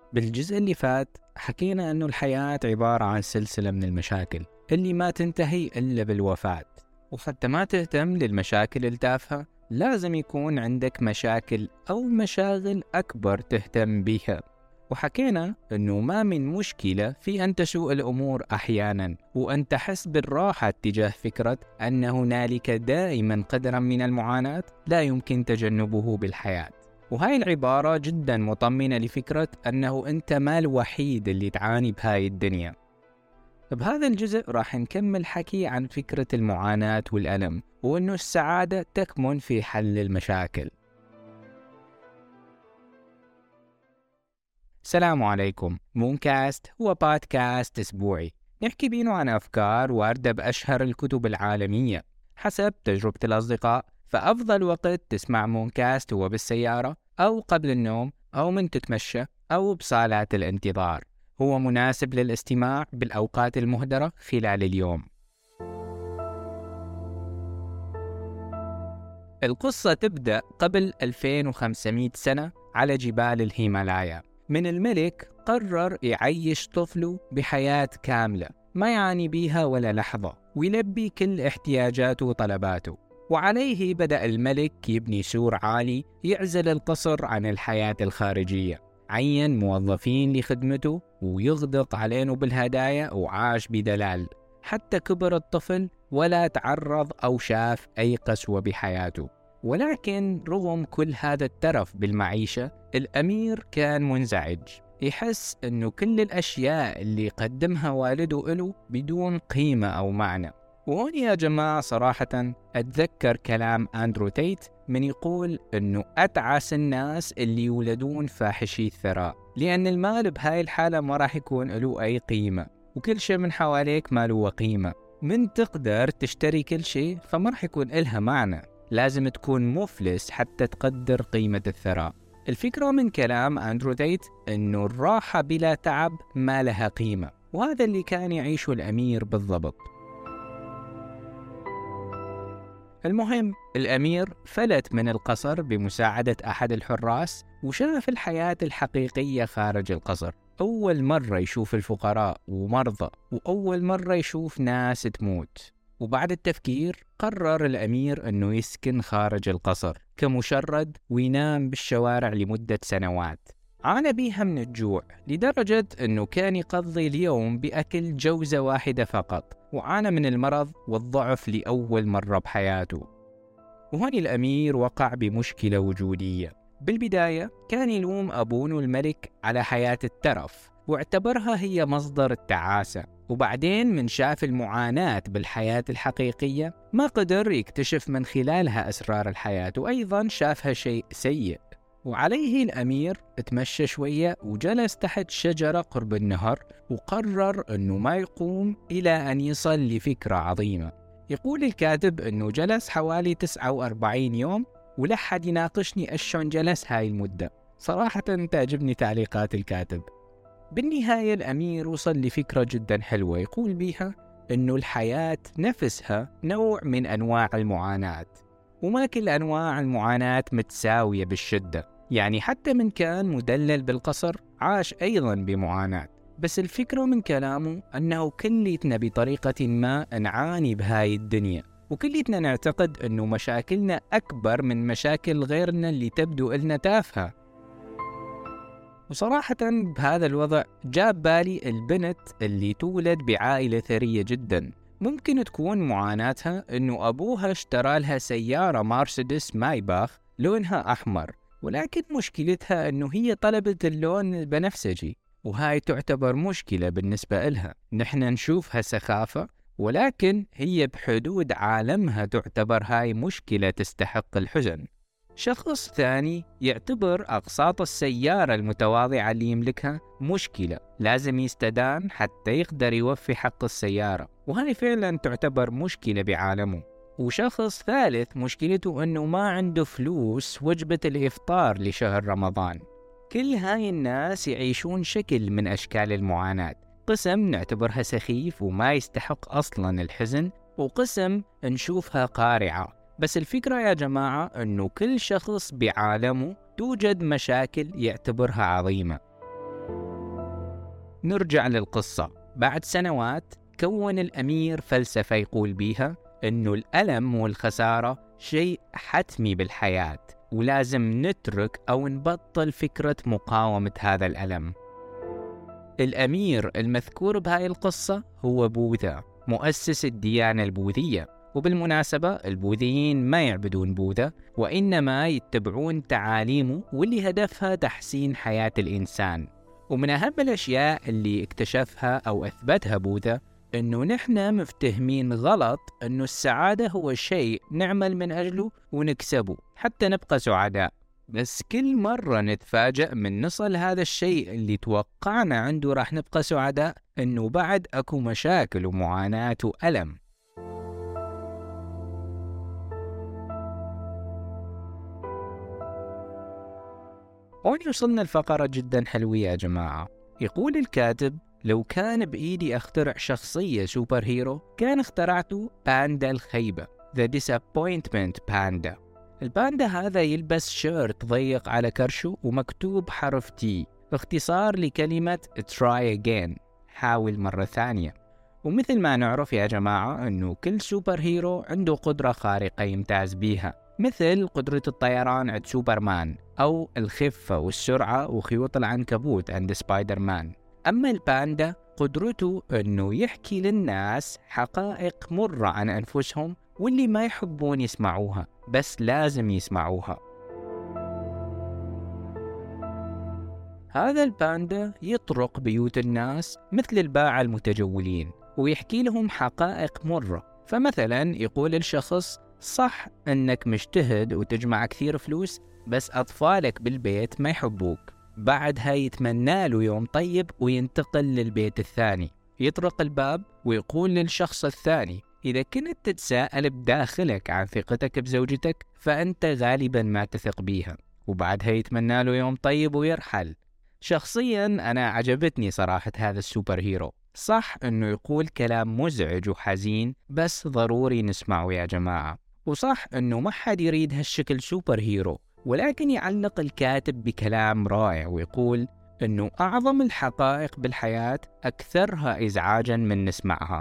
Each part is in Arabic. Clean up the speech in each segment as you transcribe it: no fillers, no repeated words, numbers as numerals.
بالجزء اللي فات حكينا أنه الحياة عبارة عن سلسلة من المشاكل اللي ما تنتهي إلا بالوفاة، وحتى ما تهتم للمشاكل التافهة لازم يكون عندك مشاكل أو مشاغل أكبر تهتم بيها. وحكينا أنه ما من مشكلة في أن تسوء الأمور أحيانا وأن تحس بالراحة تجاه فكرة أن هنالك دائما قدرا من المعاناة لا يمكن تجنبه بالحياة. وهاي العبارة جدا مطمنة لفكرة أنه أنت ما الوحيد اللي تعاني بهاي الدنيا. بهذا الجزء راح نكمل حكي عن فكرة المعاناة والألم، وأنه السعادة تكمن في حل المشاكل. السلام عليكم. مونكاست هو بودكاست أسبوعي نحكي بينه عن أفكار واردة بأشهر الكتب العالمية حسب تجربة الأصدقاء. فأفضل وقت تسمع مونكاست هو بالسيارة أو قبل النوم أو من تتمشى أو بصالات الانتظار. هو مناسب للاستماع بالأوقات المهدرة خلال اليوم. القصة تبدأ قبل 2500 سنة على جبال الهيمالايا. من الملك قرر يعيش طفله بحياة كاملة ما يعاني بيها ولا لحظة ويلبي كل احتياجاته وطلباته. وعليه بدأ الملك يبني سور عالي يعزل القصر عن الحياة الخارجية. عين موظفين لخدمته ويغدق علينا بالهدايا وعاش بدلال حتى كبر الطفل ولا تعرض أو شاف أي قسوة بحياته. ولكن رغم كل هذا الترف بالمعيشة، الأمير كان منزعج، يحس أنه كل الأشياء اللي قدمها والده له بدون قيمة أو معنى. وهون يا جماعة صراحة أتذكر كلام أندرو تيت من يقول أنه أتعس الناس اللي يولدون فاحشي الثراء، لأن المال بهاي الحالة ما راح يكون له أي قيمة، وكل شيء من حواليك ما له قيمة. من تقدر تشتري كل شيء فما راح يكون إلها معنى، لازم تكون مفلس حتى تقدر قيمة الثراء. الفكرة من كلام أندرو تيت أنه الراحة بلا تعب ما لها قيمة، وهذا اللي كان يعيشه الأمير بالضبط. المهم الأمير فلت من القصر بمساعدة أحد الحراس وشاف الحياة الحقيقية خارج القصر. أول مرة يشوف الفقراء ومرضى، وأول مرة يشوف ناس تموت. وبعد التفكير قرر الأمير أنه يسكن خارج القصر كمشرد وينام بالشوارع لمدة سنوات. عانى بيها من الجوع لدرجة أنه كان يقضي اليوم بأكل جوزة واحدة فقط، وعانى من المرض والضعف لأول مرة بحياته. وهون الأمير وقع بمشكلة وجودية. بالبداية كان يلوم أبوه الملك على حياة الترف واعتبرها هي مصدر التعاسة، وبعدين من شاف المعاناة بالحياة الحقيقية ما قدر يكتشف من خلالها أسرار الحياة، وأيضا شافها شيء سيء. وعليه الأمير اتمشى شوية وجلس تحت شجرة قرب النهر، وقرر أنه ما يقوم إلى أن يصل لفكرة عظيمة. يقول الكاتب أنه جلس حوالي 49 يوم ولا حد يناقشني أشون جلس هاي المدة. صراحة تعجبني تعليقات الكاتب. بالنهاية الأمير وصل لفكرة جدا حلوة يقول بيها أنه الحياة نفسها نوع من أنواع المعاناة، وما كل أنواع المعاناة متساوية بالشدة. يعني حتى من كان مدلل بالقصر عاش أيضا بمعاناة. بس الفكرة من كلامه أنه كليتنا بطريقة ما نعاني بهاي الدنيا، وكليتنا نعتقد أنه مشاكلنا أكبر من مشاكل غيرنا اللي تبدو إلنا تافهة. وصراحة بهذا الوضع جاب بالي البنت اللي تولد بعائلة ثرية جدا، ممكن تكون معاناتها أنه أبوها اشترى لها سيارة مرسيدس مايباخ لونها أحمر، ولكن مشكلتها أنه هي طلبت اللون البنفسجي، وهاي تعتبر مشكلة بالنسبة إلها. نحن نشوفها سخافة، ولكن هي بحدود عالمها تعتبر هاي مشكلة تستحق الحزن. شخص ثاني يعتبر أقساط السيارة المتواضعة اللي يملكها مشكلة لازم يستدان حتى يقدر يوفي حق السيارة، وهاي فعلا تعتبر مشكلة بعالمه. وشخص ثالث مشكلته أنه ما عنده فلوس وجبة الإفطار لشهر رمضان. كل هاي الناس يعيشون شكل من أشكال المعاناة، قسم نعتبرها سخيف وما يستحق أصلا الحزن، وقسم نشوفها قارعة. بس الفكرة يا جماعة أنه كل شخص بعالمه توجد مشاكل يعتبرها عظيمة. نرجع للقصة. بعد سنوات كون الأمير فلسفة يقول بيها إنه الألم والخسارة شيء حتمي بالحياة، ولازم نترك أو نبطل فكرة مقاومة هذا الألم. الأمير المذكور بهاي القصة هو بوذا، مؤسس الديانة البوذية. وبالمناسبة البوذيين ما يعبدون بوذا، وإنما يتبعون تعاليمه واللي هدفها تحسين حياة الإنسان. ومن أهم الأشياء اللي اكتشفها أو أثبتها بوذا إنه نحن مفتهمين غلط إنه السعادة هو شيء نعمل من أجله ونكسبه حتى نبقى سعداء، بس كل مرة نتفاجأ من نصل هذا الشيء اللي توقعنا عنده راح نبقى سعداء إنه بعد أكو مشاكل ومعاناة وألم. هون وصلنا الفقرة جدا حلوة يا جماعة. يقول الكاتب: لو كان بإيدي أخترع شخصية سوبر هيرو كان اخترعته باندا الخيبة، The Disappointment Panda. الباندا هذا يلبس شيرت ضيق على كرشه ومكتوب حرف T، اختصار لكلمة Try Again، حاول مرة ثانية. ومثل ما نعرف يا جماعة أنه كل سوبر هيرو عنده قدرة خارقة يمتاز بيها، مثل قدرة الطيران عند سوبرمان، أو الخفة والسرعة وخيوط العنكبوت عند سبايدر مان. أما الباندا قدرته أنه يحكي للناس حقائق مرة عن أنفسهم واللي ما يحبون يسمعوها بس لازم يسمعوها. هذا الباندا يطرق بيوت الناس مثل الباعة المتجولين ويحكي لهم حقائق مرة. فمثلا يقول الشخص: صح أنك مجتهد وتجمع كثير فلوس، بس أطفالك بالبيت ما يحبوك. بعدها يتمنى له يوم طيب وينتقل للبيت الثاني، يطرق الباب ويقول للشخص الثاني: إذا كنت تتساءل بداخلك عن ثقتك بزوجتك فأنت غالبا ما تثق بيها. وبعدها يتمنى له يوم طيب ويرحل. شخصيا أنا عجبتني صراحة هذا السوبر هيرو. صح أنه يقول كلام مزعج وحزين بس ضروري نسمعه يا جماعة. وصح أنه ما حد يريد هالشكل سوبر هيرو، ولكن يعلق الكاتب بكلام رائع ويقول أنه أعظم الحقائق بالحياة أكثرها إزعاجا من نسمعها.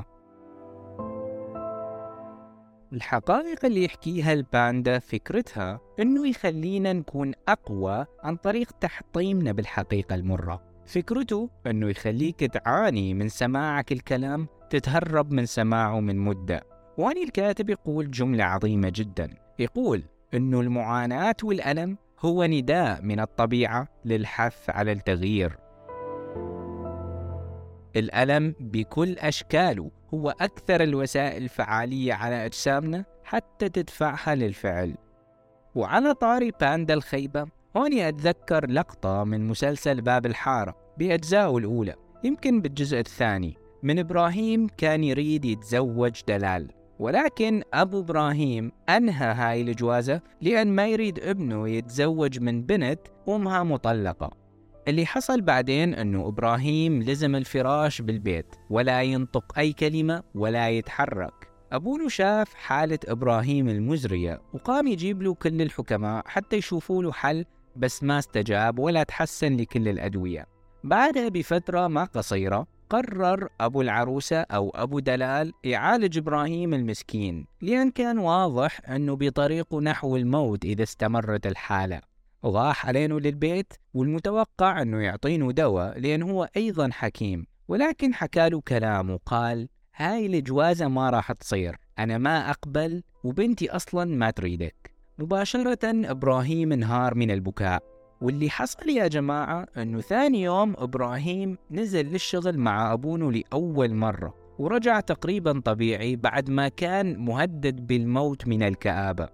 الحقائق اللي يحكيها الباندا فكرتها أنه يخلينا نكون أقوى عن طريق تحطيمنا بالحقيقة المرة. فكرته أنه يخليك تعاني من سماعك الكلام تتهرب من سماعه من مدة. واني الكاتب يقول جملة عظيمة جدا، يقول أنه المعاناة والألم هو نداء من الطبيعة للحث على التغيير. الألم بكل أشكاله هو أكثر الوسائل فعالية على أجسامنا حتى تدفعها للفعل. وعلى طاري باندا الخيبة، هوني أتذكر لقطة من مسلسل باب الحارة بأجزائه الأولى، يمكن بالجزء الثاني. من إبراهيم كان يريد يتزوج دلال، ولكن أبو إبراهيم أنهى هاي الجوازة لأن ما يريد ابنه يتزوج من بنت أمها مطلقة. اللي حصل بعدين أنه إبراهيم لزم الفراش بالبيت ولا ينطق أي كلمة ولا يتحرك. أبوه شاف حالة إبراهيم المزرية وقام يجيب له كل الحكماء حتى يشوفوا له حل، بس ما استجاب ولا تحسن لكل الأدوية. بعدها بفترة ما قصيرة قرر أبو العروسة أو أبو دلال يعالج إبراهيم المسكين، لأن كان واضح أنه بطريقه نحو الموت إذا استمرت الحالة. وراح علينه للبيت والمتوقع أنه يعطينه دواء لأن هو أيضا حكيم، ولكن حكاله كلام وقال: هاي الجوازة ما راح تصير، أنا ما أقبل وبنتي أصلا ما تريدك. مباشرة إبراهيم انهار من البكاء. واللي حصل يا جماعة أنه ثاني يوم إبراهيم نزل للشغل مع أبوه لأول مرة ورجع تقريبا طبيعي بعد ما كان مهدد بالموت من الكآبة.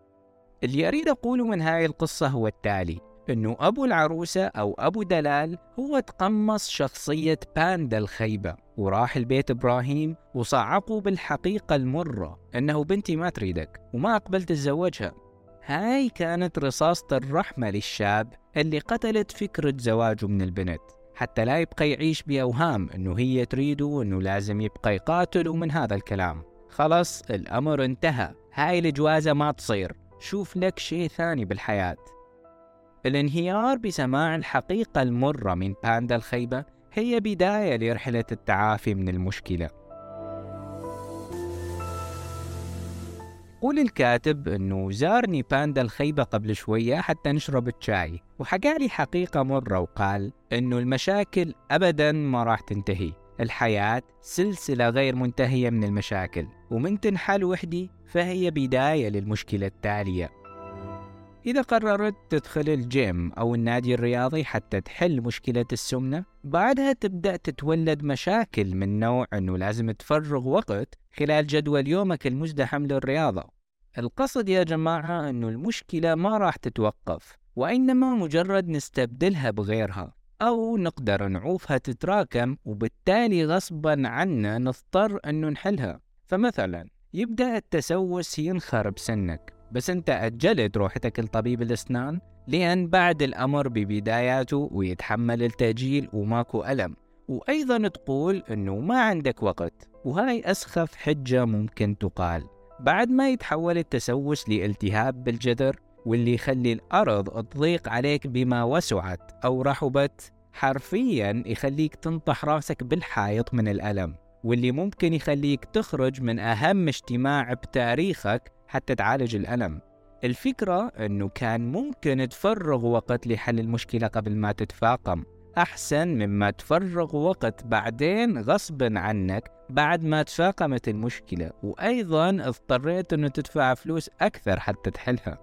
اللي أريد أقوله من هاي القصة هو التالي: أنه أبو العروسة أو أبو دلال هو تقمص شخصية باندا الخيبة وراح البيت إبراهيم وصعقوا بالحقيقة المرة أنه بنتي ما تريدك وما أقبلت تتزوجها. هاي كانت رصاصة الرحمة للشاب اللي قتلت فكرة زواجه من البنت، حتى لا يبقى يعيش بأوهام أنه هي تريده وأنه لازم يبقى يقاتل ومن هذا الكلام. خلاص الأمر انتهى، هاي الجوازة ما تصير، شوف لك شيء ثاني بالحياة. الانهيار بسماع الحقيقة المرة من باندا الخيبة هي بداية لرحلة التعافي من المشكلة. يقول الكاتب أنه زارني باندا الخيبة قبل شوية حتى نشرب الشاي، وحكى لي حقيقة مرة وقال أنه المشاكل أبدا ما راح تنتهي، الحياة سلسلة غير منتهية من المشاكل، ومن تنحل وحدي فهي بداية للمشكلة التالية. إذا قررت تدخل الجيم أو النادي الرياضي حتى تحل مشكلة السمنة، بعدها تبدأ تتولد مشاكل من نوع أنه لازم تفرغ وقت خلال جدول يومك المزدحم للرياضة. القصد يا جماعة أنه المشكلة ما راح تتوقف، وإنما مجرد نستبدلها بغيرها، أو نقدر نعوفها تتراكم، وبالتالي غصبا عنا نضطر أنه نحلها. فمثلا يبدأ التسوس ينخر بسنك، بس أنت أجلت روحتك لطبيب الأسنان لأن بعد الأمر ببداياته ويتحمل التأجيل وماكو ألم، وأيضا تقول أنه ما عندك وقت، وهاي أسخف حجة ممكن تقال. بعد ما يتحول التسوس لالتهاب بالجذر، واللي يخلي الأرض تضيق عليك بما وسعت أو رحبت، حرفيا يخليك تنطح راسك بالحائط من الألم، واللي ممكن يخليك تخرج من أهم اجتماع بتاريخك حتى تعالج الألم. الفكرة أنه كان ممكن تفرغ وقت لحل المشكلة قبل ما تتفاقم، أحسن مما تفرغ وقت بعدين غصبا عنك بعد ما تفاقمت المشكلة، وأيضا اضطريت أنه تدفع فلوس أكثر حتى تحلها.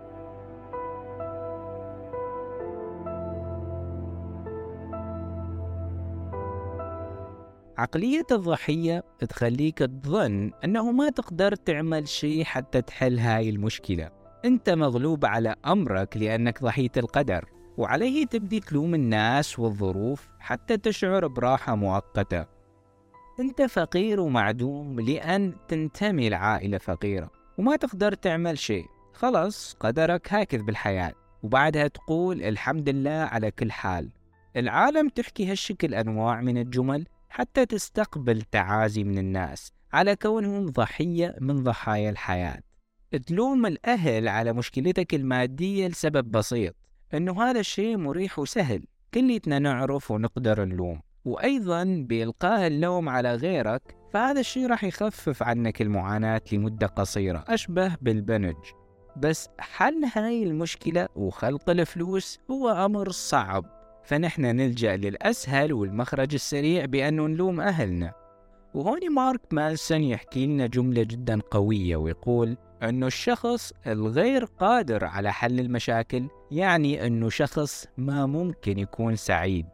عقلية الضحية تخليك تظن أنه ما تقدر تعمل شيء حتى تحل هاي المشكلة، أنت مغلوب على أمرك لأنك ضحية القدر، وعليه تبدي تلوم الناس والظروف حتى تشعر براحة مؤقتة. أنت فقير ومعدوم لأن تنتمي لعائلة فقيرة وما تقدر تعمل شيء، خلاص قدرك هكذا بالحياة، وبعدها تقول الحمد لله على كل حال. العالم تحكي هالشكل أنواع من الجمل حتى تستقبل تعازي من الناس على كونهم ضحية من ضحايا الحياة. تلوم الأهل على مشكلتك المادية لسبب بسيط، أنه هذا الشيء مريح وسهل، كلنا نعرف ونقدر نلوم، وأيضا بإلقاء اللوم على غيرك فهذا الشيء راح يخفف عنك المعاناة لمدة قصيرة، أشبه بالبنج. بس حل هاي المشكلة وخلق الفلوس هو أمر صعب، فنحن نلجأ للأسهل والمخرج السريع بأنه نلوم أهلنا. وهون مارك مانسون يحكي لنا جملة جدا قوية ويقول أنه الشخص الغير قادر على حل المشاكل يعني أنه شخص ما ممكن يكون سعيد.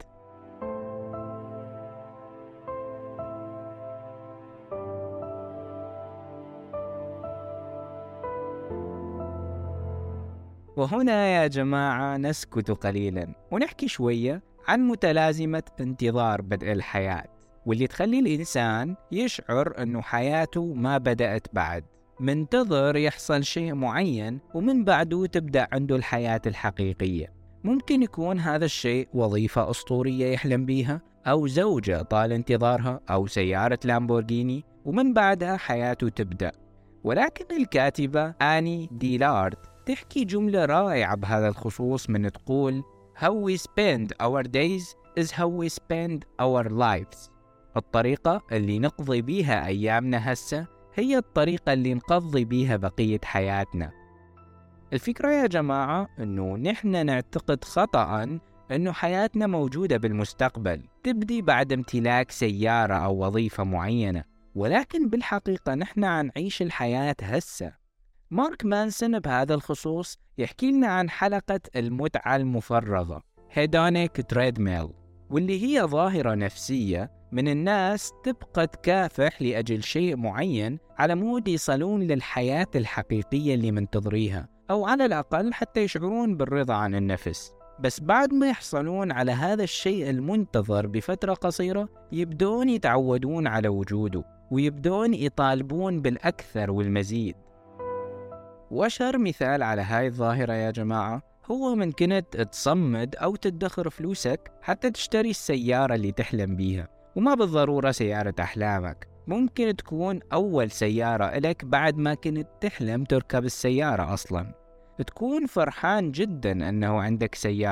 وهنا يا جماعة نسكت قليلا ونحكي شوية عن متلازمة انتظار بدء الحياة، واللي تخلي الإنسان يشعر أنه حياته ما بدأت بعد، منتظر يحصل شيء معين ومن بعده تبدأ عنده الحياة الحقيقية. ممكن يكون هذا الشيء وظيفة أسطورية يحلم بيها، أو زوجة طال انتظارها، أو سيارة لامبورغيني، ومن بعدها حياته تبدأ. ولكن الكاتبة آني ديلارد تحكي جملة رائعة بهذا الخصوص من تقول How we spend our days is how we spend our lives. الطريقة اللي نقضي بيها أيامنا هسه هي الطريقة اللي نقضي بيها بقية حياتنا. الفكرة يا جماعة أنه نحن نعتقد خطأ أنه حياتنا موجودة بالمستقبل تبدي بعد امتلاك سيارة أو وظيفة معينة، ولكن بالحقيقة نحن نعيش الحياة هسه. مارك مانسون بهذا الخصوص يحكي لنا عن حلقة المتعة المفرغة hedonic treadmill، واللي هي ظاهرة نفسية من الناس تبقى تكافح لأجل شيء معين على مود يصلون للحياة الحقيقية اللي منتظريها، أو على الأقل حتى يشعرون بالرضا عن النفس. بس بعد ما يحصلون على هذا الشيء المنتظر بفترة قصيرة يبدون يتعودون على وجوده ويبدون يطالبون بالأكثر والمزيد. وأشهر مثال على هاي الظاهرة يا جماعة هو من كنت تصمد أو تدخر فلوسك حتى تشتري السيارة اللي تحلم بيها، وما بالضرورة سيارة أحلامك، ممكن تكون أول سيارة لك بعد ما كنت تحلم تركب السيارة أصلا. تكون فرحان جدا أنه عندك سيارة،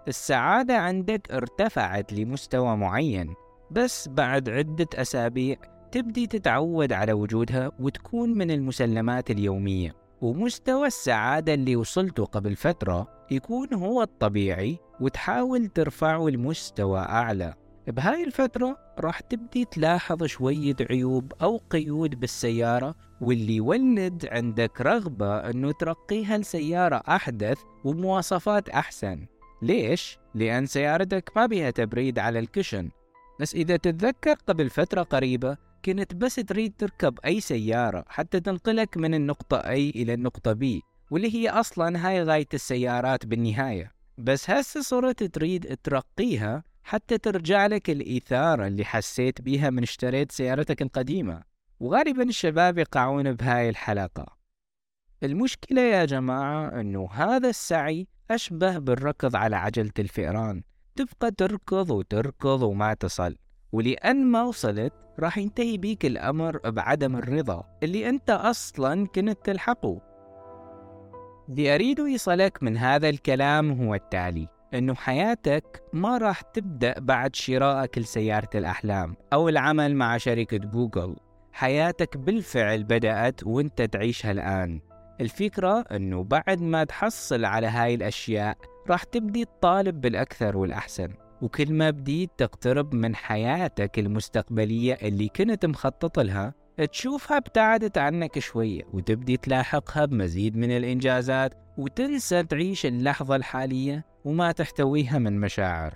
السعادة عندك ارتفعت لمستوى معين، بس بعد عدة أسابيع تبدي تتعود على وجودها وتكون من المسلمات اليومية، ومستوى السعادة اللي وصلته قبل فترة يكون هو الطبيعي وتحاول ترفعه لمستوى أعلى. بهاي الفترة راح تبدي تلاحظ شوية عيوب أو قيود بالسيارة، واللي يولد عندك رغبة أنه ترقيها لسيارة أحدث ومواصفات أحسن. ليش؟ لأن سيارتك ما بيها تبريد على الكشن. بس إذا تتذكر قبل فترة قريبة كنت بس تريد تركب أي سيارة حتى تنقلك من النقطة A إلى النقطة B، واللي هي أصلا هاي غاية السيارات بالنهاية. بس هسه صرت تريد ترقيها حتى ترجع لك الإثارة اللي حسيت بيها من اشتريت سيارتك القديمة. وغالبا الشباب يقعون بهاي الحلقة. المشكلة يا جماعة أنه هذا السعي أشبه بالركض على عجلة الفئران، تبقى تركض وتركض وما تصل، ولأن ما وصلت راح ينتهي بيك الأمر بعدم الرضا اللي أنت أصلا كنت تلحقه. اللي أريد يصلك من هذا الكلام هو التالي: أنه حياتك ما راح تبدأ بعد شرائك لسيارة الأحلام أو العمل مع شركة جوجل. حياتك بالفعل بدأت وانت تعيشها الآن. الفكرة أنه بعد ما تحصل على هاي الأشياء راح تبدي تطالب بالأكثر والأحسن، وكل ما بديت تقترب من حياتك المستقبلية اللي كنت مخطط لها تشوفها ابتعدت عنك شوية، وتبدي تلاحقها بمزيد من الإنجازات وتنسى تعيش اللحظة الحالية وما تحتويها من مشاعر.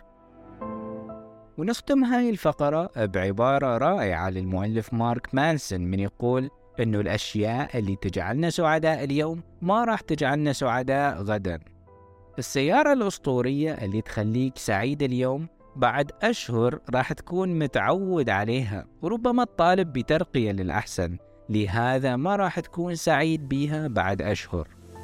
ونختم هاي الفقرة بعبارة رائعة للمؤلف مارك مانسون من يقول إنه الأشياء اللي تجعلنا سعداء اليوم ما راح تجعلنا سعداء غدا. السيارة الأسطورية اللي تخليك سعيد اليوم بعد أشهر راح تكون متعود عليها، وربما تطالب بترقية للأحسن، لهذا ما راح تكون سعيد بيها بعد أشهر.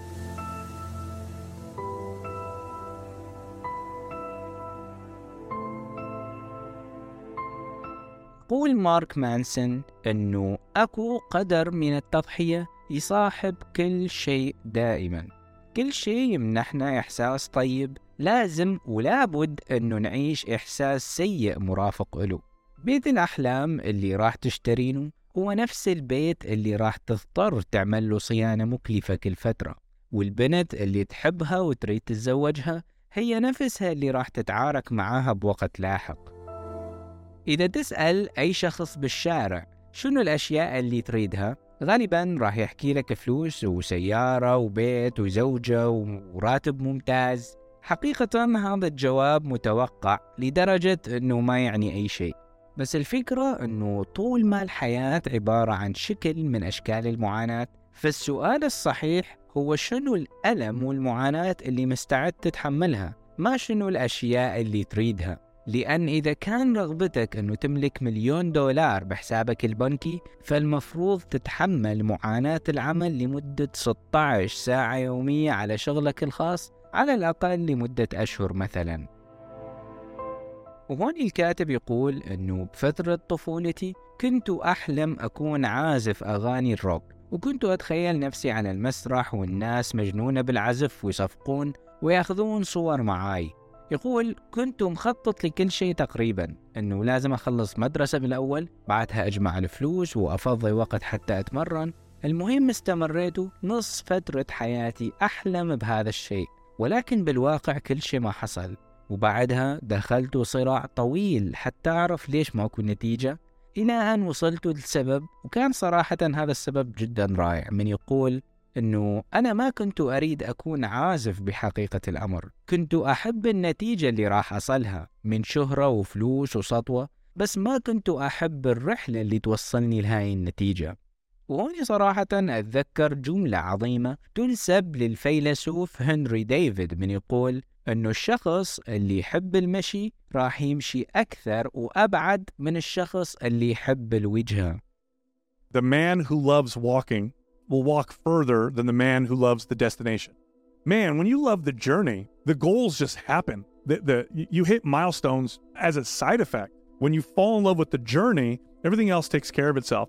يقول مارك مانسون أنه أكو قدر من التضحية يصاحب كل شيء دائما. كل شيء يمنحنا إحساس طيب لازم ولابد أنه نعيش إحساس سيء مرافق له. بيت الأحلام اللي راح تشترينه هو نفس البيت اللي راح تضطر تعمل له صيانة مكلفة كل فترة، والبنت اللي تحبها وتريد تتزوجها هي نفسها اللي راح تتعارك معاها بوقت لاحق. إذا تسأل أي شخص بالشارع شنو الأشياء اللي تريدها، غالباً راح يحكي لك فلوس وسيارة وبيت وزوجة وراتب ممتاز. حقيقة هذا الجواب متوقع لدرجة أنه ما يعني أي شيء، بس الفكرة أنه طول ما الحياة عبارة عن شكل من أشكال المعاناة، فالسؤال الصحيح هو شنو الألم والمعاناة اللي مستعد تتحملها، ما شنو الأشياء اللي تريدها. لأن إذا كان رغبتك أنه تملك $1,000,000 بحسابك البنكي، فالمفروض تتحمل معاناة العمل لمدة 16 ساعة يومية على شغلك الخاص على الأقل لمدة أشهر مثلا. وهون الكاتب يقول أنه بفترة طفولتي كنت أحلم أكون عازف أغاني الروك، وكنت أتخيل نفسي على المسرح والناس مجنونة بالعزف ويصفقون ويأخذون صور معاي. يقول كنت مخطط لكل شيء تقريبا، أنه لازم أخلص مدرسة بالأول، بعدها أجمع الفلوس وأفضي وقت حتى أتمرن. المهم استمريت نص فترة حياتي أحلم بهذا الشيء، ولكن بالواقع كل شيء ما حصل. وبعدها دخلت صراع طويل حتى أعرف ليش ماكو نتيجة، إلى أن وصلت للسبب، وكان صراحة هذا السبب جدا رائع. من يقول أنه أنا ما كنت أريد أكون عازف بحقيقة الأمر، كنت أحب النتيجة اللي راح أصلها من شهرة وفلوس وسطوة، بس ما كنت أحب الرحلة اللي توصلني لهاي النتيجة. وهوني صراحة أتذكر جملة عظيمة تنسب للفيلسوف هنري ديفيد من يقول أنه الشخص اللي يحب المشي راح يمشي أكثر وأبعد من الشخص اللي يحب الوجهة. The man who loves walking will walk further than the man who loves the destination. Man, when you love the journey, the goals just happen. You hit milestones as a side effect. When you fall in love with the journey, everything else takes care of itself.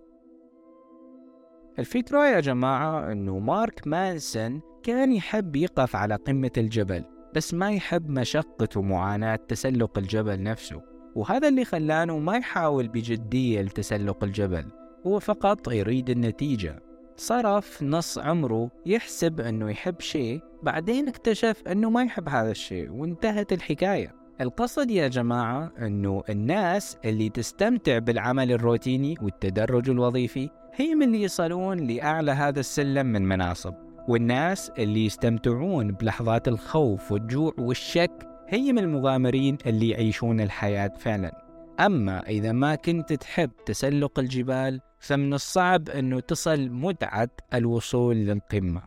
الفكرة يا جماعة أنه مارك مانسون كان يحب يقف على قمة الجبل، بس ما يحب مشقة ومعاناة تسلق الجبل نفسه، وهذا اللي خلانه ما يحاول بجدية لتسلق الجبل، هو فقط يريد النتيجة. صرف نص عمره يحسب أنه يحب شيء، بعدين اكتشف أنه ما يحب هذا الشيء وانتهت الحكاية. القصد يا جماعة أنه الناس اللي تستمتع بالعمل الروتيني والتدرج الوظيفي هي من اللي يصلون لأعلى هذا السلم من مناصب، والناس اللي يستمتعون بلحظات الخوف والجوع والشك هي من المغامرين اللي يعيشون الحياة فعلا. أما إذا ما كنت تحب تسلق الجبال فمن الصعب أنه تصل متعة الوصول للقمة.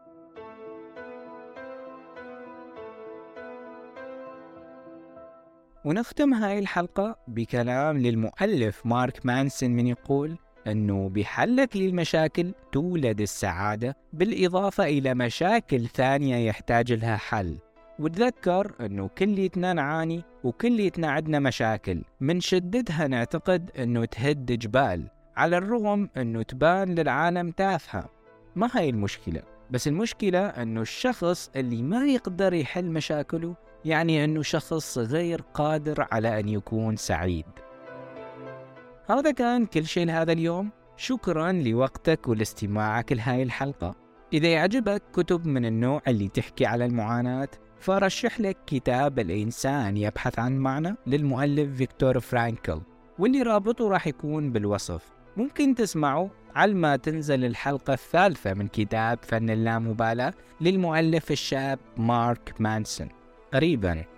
ونختم هاي الحلقة بكلام للمؤلف مارك مانسون من يقول أنه بحلك للمشاكل تولد السعادة، بالإضافة إلى مشاكل ثانية يحتاج لها حل. وتذكر أنه كليتنا نعاني وكليتنا عندنا مشاكل من شدتها نعتقد أنه تهد جبال، على الرغم أنه تبان للعالم تافهة. ما هاي المشكلة، بس المشكلة أنه الشخص اللي ما يقدر يحل مشاكله يعني أنه شخص غير قادر على أن يكون سعيد. هذا كان كل شيء لهذا اليوم. شكرا لوقتك ولاستماعك لهاي الحلقة. إذا يعجبك كتب من النوع اللي تحكي على المعاناة، فرشح لك كتاب الإنسان يبحث عن معنى للمؤلف فيكتور فرانكل، واللي رابطه راح يكون بالوصف. ممكن تسمعه على ما تنزل الحلقة الثالثة من كتاب فن اللامبالاة للمؤلف الشاب مارك مانسون قريبا.